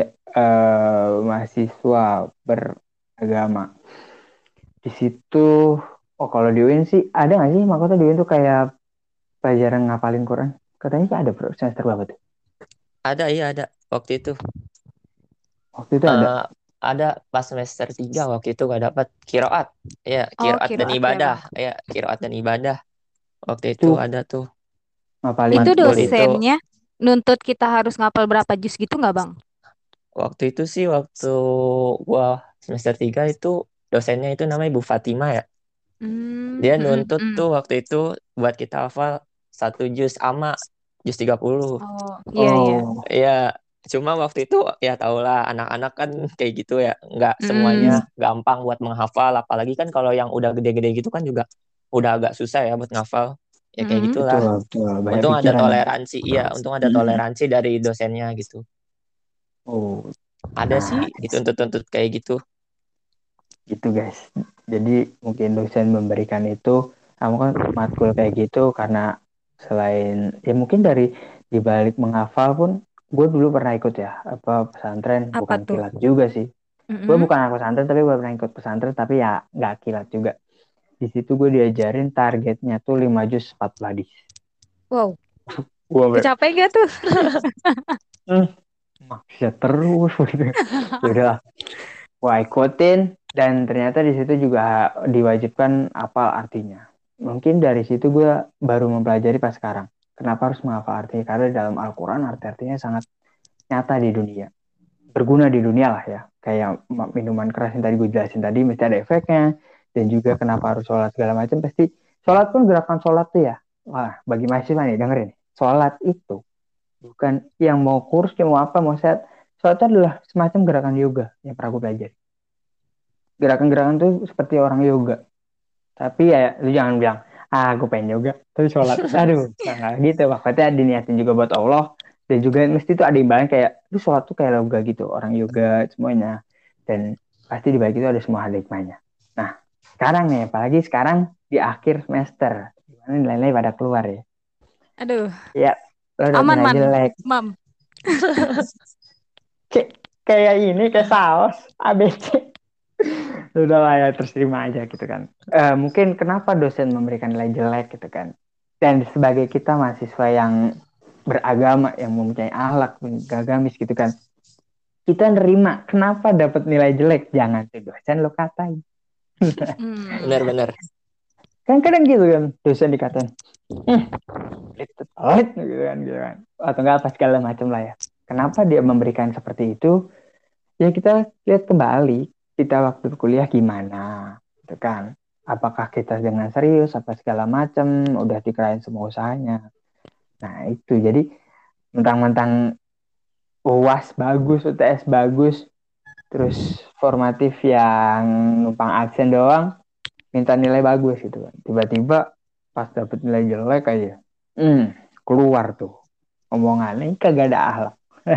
mahasiswa beragama. Di situ, oh kalau di UIN sih ada nggak sih? Makanya di UIN tuh kayak pelajaran ngapalin Quran. Katanya sih ada bro, semester berapa tuh? Ada, iya ada. Waktu itu Waktu itu ada. eh ada pas semester 3 waktu itu gak dapat kiroat. Ya, Oh, kiroat dan kiroat ya ibadah. bang. Ya, kiroat dan ibadah. Waktu itu Tuh ada tuh ngapalin Itu matkul itu. itu. dosennya nuntut kita harus ngapal berapa juz gitu nggak bang? Waktu itu sih waktu gua semester 3 itu dosennya itu namanya Bu Fatima ya. Hmm, Dia mm, nuntut mm. tuh waktu itu buat kita hafal 1 juz ama juz 30. Oh, iya iya. Oh, Ya, cuma waktu itu ya tahulah anak-anak kan kayak gitu ya, nggak semuanya Mm, gampang buat menghafal, apalagi kan kalau yang udah gede-gede gitu kan juga udah agak susah ya buat ngafal. Ya kayak mm. gitulah. betul, betul. Banyak Untung ada pikiran ya. toleransi, iya, untung ada Mm-mm. toleransi dari dosennya gitu. Oh, Ada sih nah dituntut-tuntut kayak gitu. gitu guys. Jadi mungkin dosen memberikan itu, kamu kan matkul kayak gitu karena selain ya mungkin dari dibalik menghafal pun, gue dulu pernah ikut ya apa pesantren, Apa bukan tuh? kilat juga sih. Gue Mm-mm. bukan anak pesantren tapi gue pernah ikut pesantren tapi ya nggak kilat juga. Di situ gue diajarin targetnya tuh 5 juz 4 hadis. Wow, Gue kecapai gak tuh? bisa terus gitu. Ya udah, gua ikutin dan ternyata di situ juga diwajibkan hafal artinya. Mungkin dari situ gue baru mempelajari pas sekarang. Kenapa harus menghafal artinya? Karena dalam Al-Quran arti-artinya sangat nyata di dunia. Berguna di dunia lah ya. Kayak minuman keras yang tadi gue jelasin tadi mesti ada efeknya. Dan juga kenapa harus sholat segala macam. Pasti sholat pun gerakan sholat tuh ya. Wah, bagi mahasiswa nih dengerin. Sholat itu bukan yang mau kurus, yang mau apa, mau sehat. Sholat itu adalah semacam gerakan yoga yang pernah gue pelajari. Gerakan-gerakan tuh seperti orang yoga. Tapi ya lu jangan bilang, gue pengen yoga, tapi sholat. Aduh, nggak gitu. Maksudnya diniatin juga buat Allah. Dan juga mesti tuh ada imbalan kayak, lu sholat tuh kayak yoga gitu. Orang yoga semuanya. Dan pasti di balik itu ada semua hikmahnya. Nah, sekarang nih, apalagi sekarang di akhir semester, gimana nilai-nilai pada keluar ya. Aduh, Ya, lo dapet aman nilai man, jelek. mam. Kayak ini, kayak saus ABC. Udah lah ya, terus terima aja gitu kan. Mungkin kenapa dosen memberikan nilai jelek gitu kan. Dan sebagai kita mahasiswa yang beragama, yang mempunyai akhlak, agamis gitu kan. Kita nerima, kenapa dapat nilai jelek? Jangan tuh dosen lo katain. Hmm. Benar-benar. Kan kadang gitu kan, dosen dikatain. Itu telat gitu kan. Atau enggak apa segala macam lah ya. Kenapa dia memberikan seperti itu? Ya kita lihat kembali kita waktu kuliah gimana, gitu kan? Apakah kita dengan serius apa segala macam udah dikerain semua usahanya. Nah itu jadi mentang-mentang UAS bagus, UTS bagus, terus formatif yang numpang absen doang, minta nilai bagus gitu kan. Tiba-tiba pas dapet nilai jelek aja, keluar tuh omongannya kagak ada akhlak.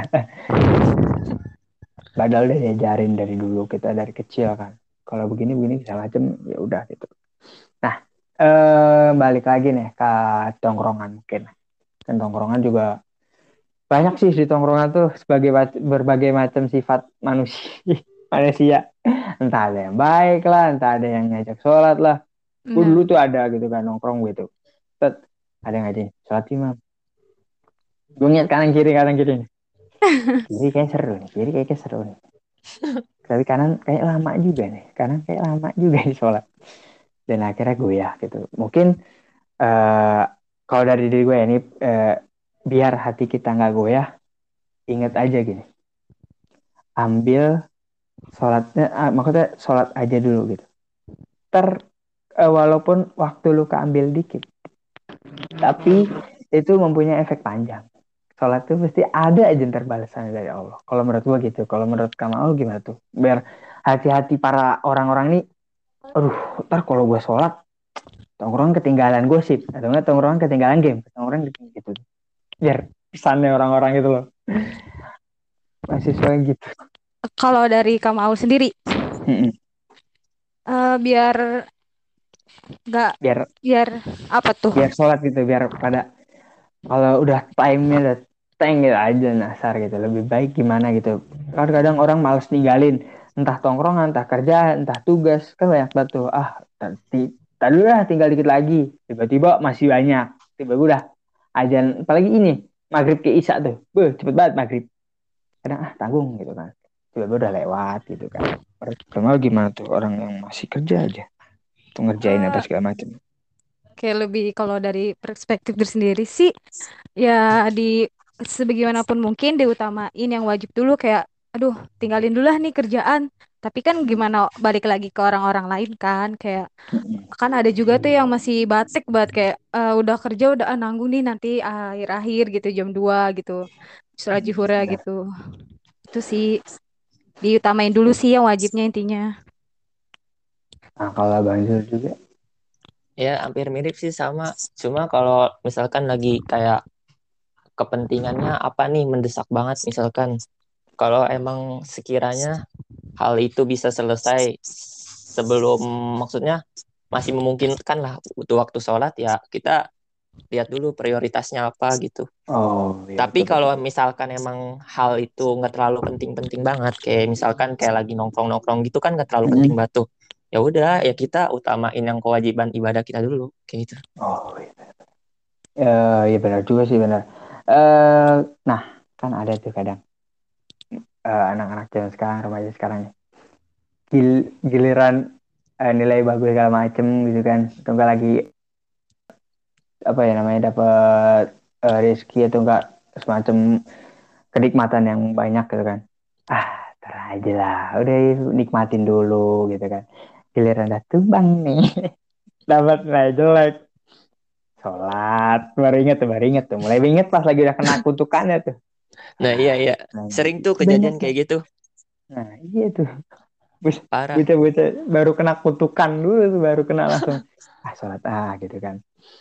Padahal udah diajarin dari dulu kita dari kecil kan. Kalau begini bisa macam ya udah gitu. Nah, balik lagi nih ke tongkrongan mungkin. Kan tongkrongan juga banyak sih di tongkrongan tuh sebagai berbagai macam sifat manusia. Manusia. Entah ada yang baik lah, entah ada yang ngajak sholat lah. Gue Nah, dulu tuh ada gitu kan nongkrong gitu. Set, ada yang ngajak sholat imam. Gue ngeliat kanan kiri nih. Kiri kayak seru nih, kiri kayak seru nih. Tapi kanan kayak lama juga nih, kanan kayak lama juga nih sholat. Dan akhirnya gue ya gitu. Mungkin kalau dari diri gue ya ini biar hati kita nggak goyah, inget aja gini, ambil sholatnya, maksudnya sholat aja dulu gitu. Walaupun waktu lu keambil dikit, tapi itu mempunyai efek panjang. Sholat itu pasti ada aja ntar balasannya dari Allah. Kalau menurut gue gitu. Kalau menurut kamu gimana tuh? Biar hati-hati para orang-orang nih. Aduh, ntar kalau gue sholat, tongkrong ketinggalan gosip. Atau enggak tongkrong ketinggalan game. Tongkrong gitu. Biar pesannya orang-orang gitu loh. Mahasiswa yang gitu. kalau dari kamu Aul sendiri, biar nggak Biar biar apa tuh? biar sholat gitu. Biar pada kalau udah time-nya udah teng gitu aja nasar gitu. Lebih baik gimana gitu. Kadang-kadang orang males ninggalin. Entah tongkrongan, entah kerja, entah tugas. Kan banyak banget tuh. Tadi udah tinggal dikit lagi. Tiba-tiba masih banyak. Tiba-tiba udah ajan. Apalagi ini. Maghrib ke Isya tuh. Cepet banget maghrib. Kadang tanggung gitu kan. Tiba-tiba udah lewat gitu kan. Normal gimana tuh orang yang masih kerja aja. Tuh ngerjain apa Eh, segala macam. Kayak lebih kalau dari perspektif diri sendiri sih, ya di sebagaimanapun mungkin diutamain yang wajib dulu kayak, aduh tinggalin dulu lah nih kerjaan. Tapi kan gimana balik lagi ke orang-orang lain kan, kayak kan ada juga tuh yang masih batek banget kayak udah kerja udah nanggung nih nanti akhir-akhir gitu jam 2 gitu, setelah zuhur gitu. Itu sih diutamain dulu sih yang wajibnya intinya. Nah kalau Bang Zul juga. Ya, hampir mirip sih sama. Cuma kalau misalkan lagi kayak kepentingannya apa nih mendesak banget misalkan kalau emang sekiranya hal itu bisa selesai sebelum maksudnya masih memungkinkan lah butuh waktu sholat ya kita lihat dulu prioritasnya apa gitu. Oh iya Tapi betul kalau betul. misalkan emang hal itu nggak terlalu penting-penting banget kayak misalkan kayak lagi nongkrong-nongkrong gitu kan nggak terlalu penting banget tuh. Ya udah ya kita utamain yang kewajiban ibadah kita dulu kayak gitu. Oh iya. Ya benar juga sih benar. Nah kan ada tuh kadang anak-anak zaman sekarang remaja sekarang ya. Giliran nilai bagus segala macem gitu kan. Atau enggak lagi apa ya namanya dapat rezeki atau enggak semacam kenikmatan yang banyak gitu kan. Ntar aja lah. Udah nikmatin dulu gitu kan. Giliran udah tumbang nih. Dapat nilai jelek. Sholat. Baru inget tuh. Mulai inget pas lagi udah kena kutukannya tuh. Nah iya iya Nah, sering tuh banyak kejadian ya. kayak gitu Nah, iya tuh. parah. Bocah-bocah baru kena kutukan dulu tuh, baru kena langsung sholat gitu kan.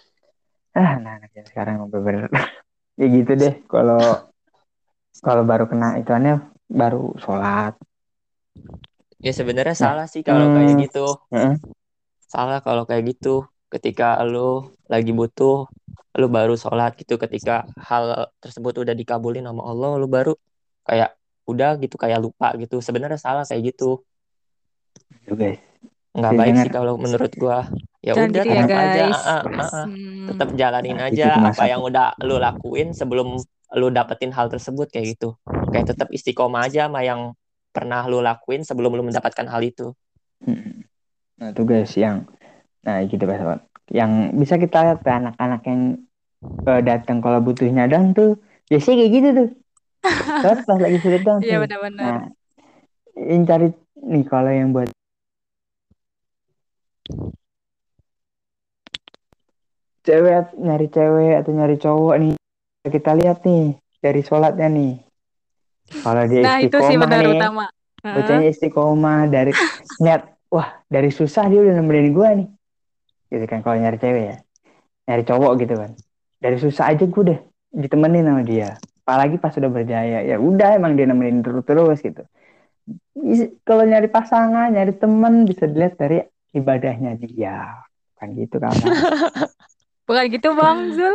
Nah anaknya sekarang bener-bener ya gitu deh. Kalau kalau baru kena ituannya baru sholat. Ya sebenarnya Nah, salah sih kalau kayak gitu. heeh. Salah kalau kayak gitu. ketika lu lagi butuh, lu baru sholat gitu. Ketika hal tersebut udah dikabulin sama Allah, lu baru kayak udah gitu, kayak lupa gitu. Sebenarnya salah kayak gitu. Tuh guys, Nggak saya baik dengar sih kalau menurut gua. Ya Jangan udah gitu ya tetap sekarang. aja, guys. tetap Hmm. jalanin Nah, itu aja tuh apa masa. yang udah lu lakuin sebelum lu dapetin hal tersebut kayak gitu. Kayak tetap istiqomah aja sama yang pernah lu lakuin sebelum lu mendapatkan hal itu. Nah tuh guys nah gitu guys, yang bisa kita lihat tuh, anak-anak yang datang kalau butuh nyadang tuh biasanya kayak gitu tuh. Terus pas lagi sulit doang Iya tuh. benar-benar. Nah, yang cari nih kalau yang buat nyari cewek atau nyari cowok nih, kita lihat nih dari sholatnya nih. Kalau dia Nah, itu sih istiqomah benar nih, utama. Heeh. bacanya istiqomah dari lihat, wah dari susah dia udah nemenin gue nih, gitu kan kalau nyari cewek ya, nyari cowok gitu kan. Dari susah aja gue udah ditemenin sama dia. Apalagi pas udah berjaya, ya udah emang dia nemenin terus gitu. Kalau nyari pasangan, nyari temen bisa dilihat dari ibadahnya dia. Kan gitu kawan. Bukan gitu Bang Zul.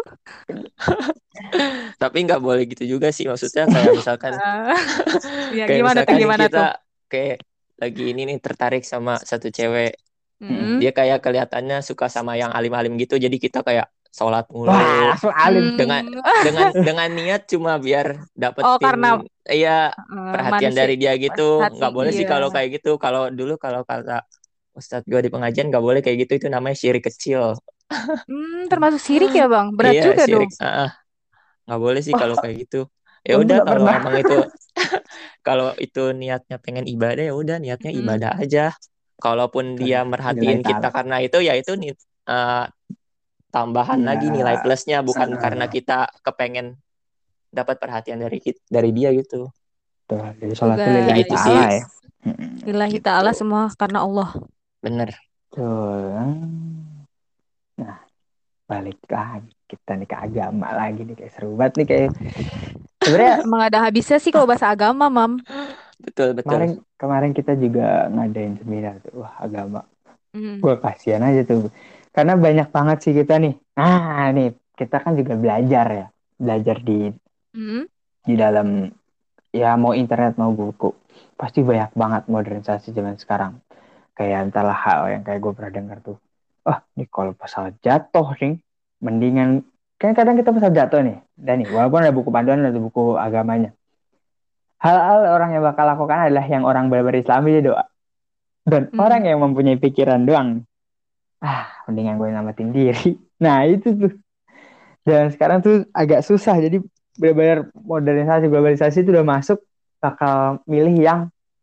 Tapi nggak boleh gitu juga sih, maksudnya kayak misalkan Ah, ya kayak gimana tuh misalkan nih gimana kita tuh? kayak lagi ini nih tertarik sama satu cewek, Mm-mm. Hmm. dia kayak kelihatannya suka sama yang alim-alim gitu, jadi kita kayak sholat Wah, mulu langsung alim. dengan Hmm. dengan niat cuma biar Oh, karena dapetin ya perhatian manusia dari dia gitu. hati Nggak boleh sih iya. kalau kayak gitu. Kalau dulu kalau kata Ustadz gue di pengajian nggak boleh kayak gitu, itu namanya syirik kecil. Termasuk sirik ya Bang. Berat Iya, juga dong. syirik. Nggak boleh sih kalau kayak gitu. Ya Untung udah gak kalau pernah. emang itu kalau itu niatnya pengen ibadah, ya udah niatnya Mm-mm. ibadah aja. Kalaupun dia Nilai merhatiin kita ta'ala. karena itu, ya itu nih tambahan Ya, lagi nilai plusnya, bukan karena uh, kita kepengen dapat perhatian dari dia gitu. tuh, jadi Tuh sholat itu Kayak lillahi gitu guys. sih. ta'ala ya. Lillahi Gitu. ta'ala semua karena Allah. Bener. Tuh. Nah, balik lagi kita nih ke agama lagi nih, kayak seru banget nih kayak sebenarnya. Emang ada habisnya sih kalau bahasa agama, Mam. Betul, betul. kemarin kemarin kita juga ngadain seminar tuh, wah agama. Mm. Gue kasihan aja tuh karena banyak banget sih kita nih. Nah nih kita kan juga belajar Mm. di dalam, ya mau internet mau buku, pasti banyak banget modernisasi zaman sekarang. Kayak entahlah hal yang kayak gue pernah dengar tuh, nih kalau pesawat jatuh nih mendingan, kan kadang kita pesawat jatuh nih dan nih walaupun ada buku panduan, ada buku agamanya, hal-hal orang yang bakal lakukan adalah yang orang berislam aja doa, dan orang Mm. yang mempunyai pikiran doang, mendingan gue namatin diri. Nah itu tuh, dan sekarang tuh agak susah, jadi benar-benar modernisasi globalisasi itu udah masuk, bakal milih yang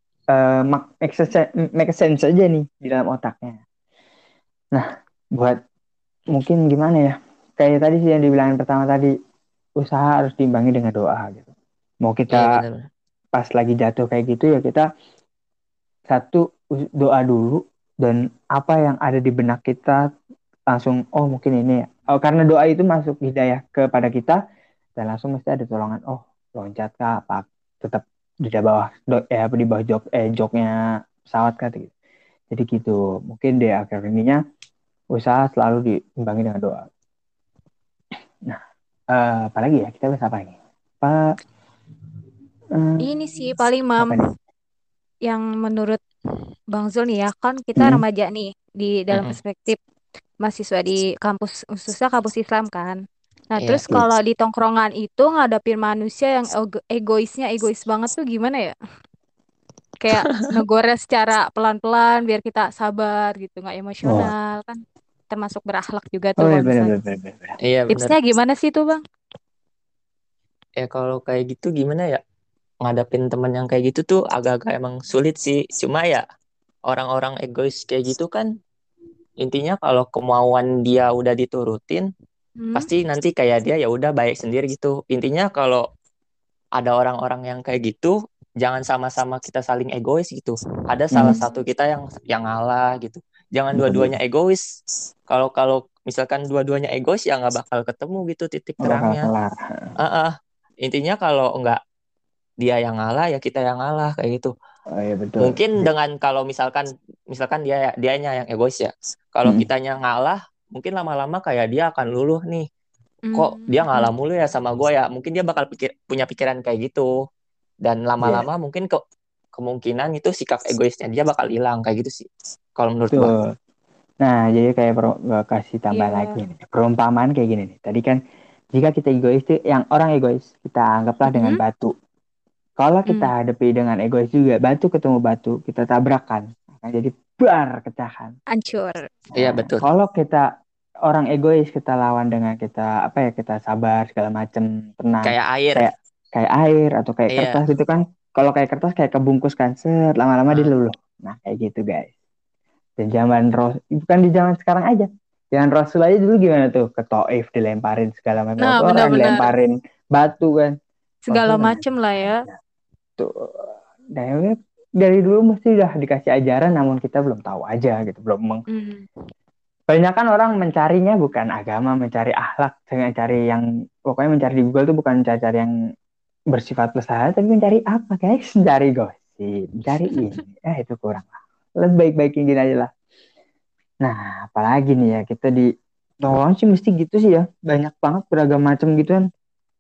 make sense aja nih di dalam otaknya. Nah, buat mungkin gimana ya? Kayak tadi sih yang dibilangin pertama tadi, usaha harus diimbangi dengan doa gitu. Mau Iya, kita bener. pas lagi jatuh kayak gitu ya kita satu doa dulu, dan apa yang ada di benak kita langsung, oh mungkin ini ya. Oh, karena doa itu masuk hidayah kepada kita, dan langsung mesti ada tolongan. Oh, loncat kah apa, tetap di bawah di bawah joknya pesawat kah gitu. Jadi gitu. Mungkin di akhir ininya usaha selalu diimbangi dengan doa. Nah, apalagi ya, kita bisa apa ini? Apa Ini sih paling, Mam, apa nih? yang menurut Bang Zul nih ya, kan kita Hmm. remaja nih di dalam Mm-mm. perspektif mahasiswa di kampus, khususnya kampus Islam kan. Nah, Iya. terus kalau di tongkrongan itu ngadapin manusia yang egoisnya egois banget tuh gimana ya? Kayak negornya secara pelan-pelan biar kita sabar gitu, nggak Oh, emosional kan. Termasuk berakhlak juga oh tuh ya kalau benar misalnya. benar benar. Benar. Iya, bener. Tipsnya gimana sih tuh, Bang? Ya kalau kayak gitu gimana ya? Ngadapin teman yang kayak gitu tuh agak-agak emang sulit sih. Cuma ya orang-orang egois kayak gitu kan, intinya kalau kemauan dia udah diturutin, Hmm? pasti nanti kayak dia ya udah baik sendiri gitu. Intinya kalau ada orang-orang yang kayak gitu, jangan sama-sama kita saling egois gitu. Ada salah satu kita yang ngalah gitu. Jangan dua-duanya egois. Kalau kalau misalkan dua-duanya egois, ya nggak bakal ketemu gitu titik Nggak bakal terangnya. kelar. Intinya kalau nggak dia yang ngalah, ya kita yang ngalah kayak gitu. Oh ya betul. Mungkin dengan kalau misalkan dia dianya yang egois ya. Kalau Hmm. kitanya ngalah, mungkin lama-lama kayak dia akan luluh nih. Kok dia ngalah mulu ya sama gue ya? Mungkin dia bakal punya pikiran kayak gitu. Dan lama-lama mungkin kemungkinan itu sikap egoisnya dia bakal hilang kayak gitu sih. Kalau menurut gue. Tuh. Nah, jadi kayak kasih tambah Iya. lagi nih. Perumpamaan kayak gini nih. Tadi kan jika kita egois itu yang orang egois, kita anggaplah dengan batu. Kalau kita hadapi dengan egois juga, batu ketemu batu, kita tabrakan. Akan jadi kecahan. Hancur. Iya, betul. Kalau kita orang egois, kita lawan dengan kita kita sabar segala macem, tenang. Kayak air. Kayak air atau kayak kertas gitu kan. Kalau kayak kertas kayak kebungkus kan, lama-lama dia luluh. Nah, kayak gitu guys. Dan zaman bukan di zaman sekarang aja. Zaman Rasul aja dulu gimana tuh? Ke Taif dilemparin segala macam. Nah, orang benar-benar. dilemparin batu kan. Segala macem lah ya. Tuh. Dari dulu mesti udah dikasih ajaran, namun kita belum tahu aja gitu, Banyak kan orang mencarinya bukan agama, mencari akhlak, mencari yang pokoknya mencari di Google tuh bukan mencari yang bersifat lestari, tapi mencari apa guys? Mencari gosip, mencari ini, itu kurang lah. Lebih baik-baikin gini aja lah. Nah, apalagi nih ya kita di orang sih mesti gitu sih ya, banyak banget beragam macam gitu kan.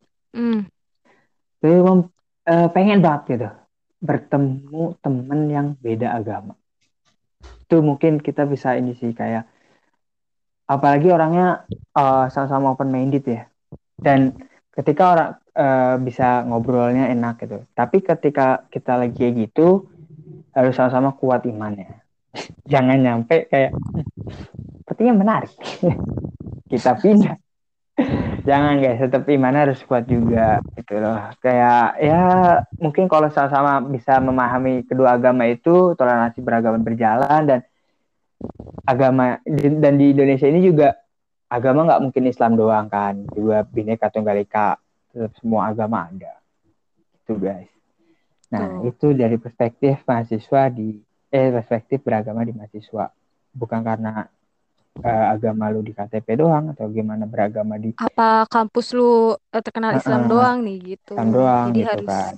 Tapi pengen banget gitu bertemu temen yang beda agama. Itu mungkin kita bisa ini sih kayak apalagi orangnya sama-sama open minded ya. Dan ketika orang bisa ngobrolnya enak gitu. Tapi ketika kita lagi kayak gitu harus sama-sama kuat imannya. Jangan nyampe kayak sepertinya menarik. Kita pindah. Jangan guys, tetap iman harus kuat juga gitu loh. Kayak ya mungkin kalau sama-sama bisa memahami kedua agama itu, toleransi beragama berjalan, dan agama dan di Indonesia ini juga agama nggak mungkin Islam doang kan, juga Bhinneka Tunggal Ika, tetap semua agama ada. Itu guys. Nah, itu dari perspektif mahasiswa perspektif beragama di mahasiswa. Bukan karena agama lu di KTP doang atau gimana beragama di apa kampus lu terkenal Islam doang nih gitu. Islam doang Jadi gitu harus kan.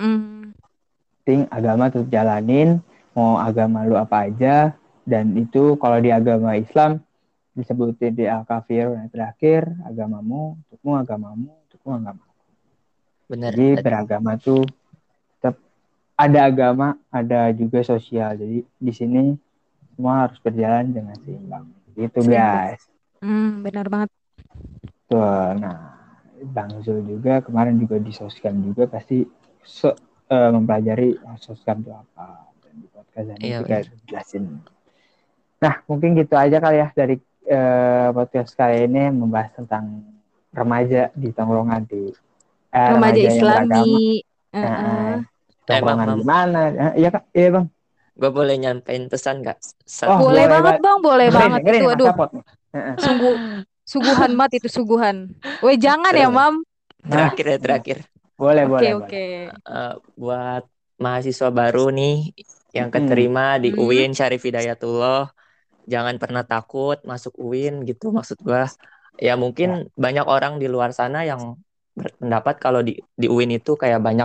Agama tetap jalanin, mau agama lu apa aja, dan itu kalau di agama Islam disebutin di Al-Kafir yang terakhir, agamamu untukmu, agamamu untukmu, agamamu. Benar. Jadi beragama tuh tetap ada agama, ada juga sosial. Jadi di sini semua harus berjalan dengan seimbang. Gitu guys. Benar banget. Tuh, nah Bang Zul juga kemarin juga di Soskam juga pasti mempelajari Soskam itu apa, dan di podcast ini juga jelasin. Nah mungkin gitu aja kali ya dari podcast kali ini membahas tentang remaja di tongkrongan di remaja Islami. Tongkrongan gimana? Iya kak, iya bang. Gue boleh nyampein pesan gak? Boleh banget bang, boleh banget itu. Aduh, suguhan mat itu suguhan. Weh jangan ya mam. Terakhir. Boleh. Buat mahasiswa baru nih yang keterima di UIN Syarif Hidayatullah, jangan pernah takut masuk UIN gitu maksud gue. Ya mungkin banyak orang di luar sana yang berpendapat kalau di UIN itu kayak banyak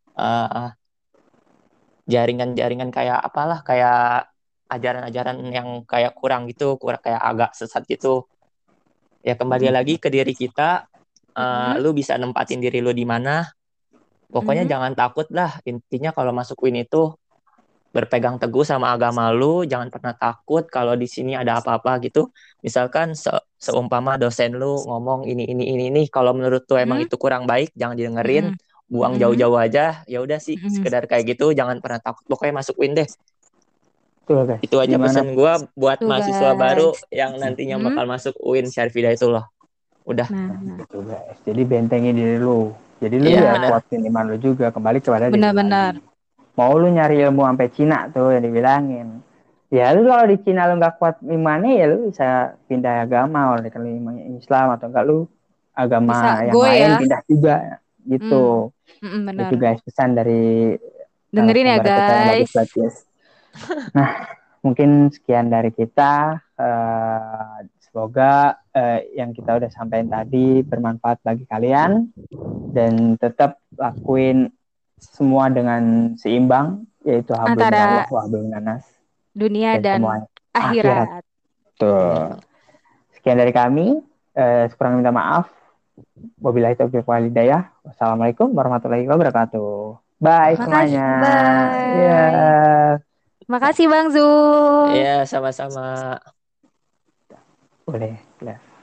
jaringan-jaringan kayak apalah, kayak ajaran-ajaran yang kayak kurang kayak agak sesat gitu. Ya kembali lagi ke diri kita, lu bisa nempatin diri lu di mana. Pokoknya jangan takut lah. Intinya kalau masuk UIN itu berpegang teguh sama agama lu, jangan pernah takut kalau di sini ada apa-apa gitu. Misalkan seumpama dosen lu ngomong ini, kalau menurut lu emang itu kurang baik, jangan didengerin. Buang jauh-jauh aja, ya udah sih sekedar kayak gitu, jangan pernah takut, pokoknya masuk UIN deh. Tuh, itu aja pesan gue buat mahasiswa baru yang nantinya bakal masuk UIN Syarif Hidayatullah. Udah. Gitu guys, jadi bentengin diri lu, jadi lu kuatin iman lu juga, kembali kepada diri lu. Mau lu nyari ilmu sampai Cina tuh yang dibilangin, ya lu kalau di Cina lu nggak kuat imannya, ya lu bisa pindah agama, kalau di Islam atau enggak lu agama bisa yang lain pindah juga gitu. Itu guys pesan dari dengerin ya guys. Nah mungkin sekian dari kita, semoga yang kita udah sampaikan tadi bermanfaat bagi kalian, dan tetap lakuin semua dengan seimbang, yaitu hablum minas, dunia dan akhirat. Tuh. Sekian dari kami. Kurang minta maaf. Wabillahi taufiq wal hidayah. Wassalamualaikum warahmatullahi wabarakatuh. Bye Makasih, semuanya. bye. Ya. Makasih Bang Zul. Iya, sama-sama. Boleh.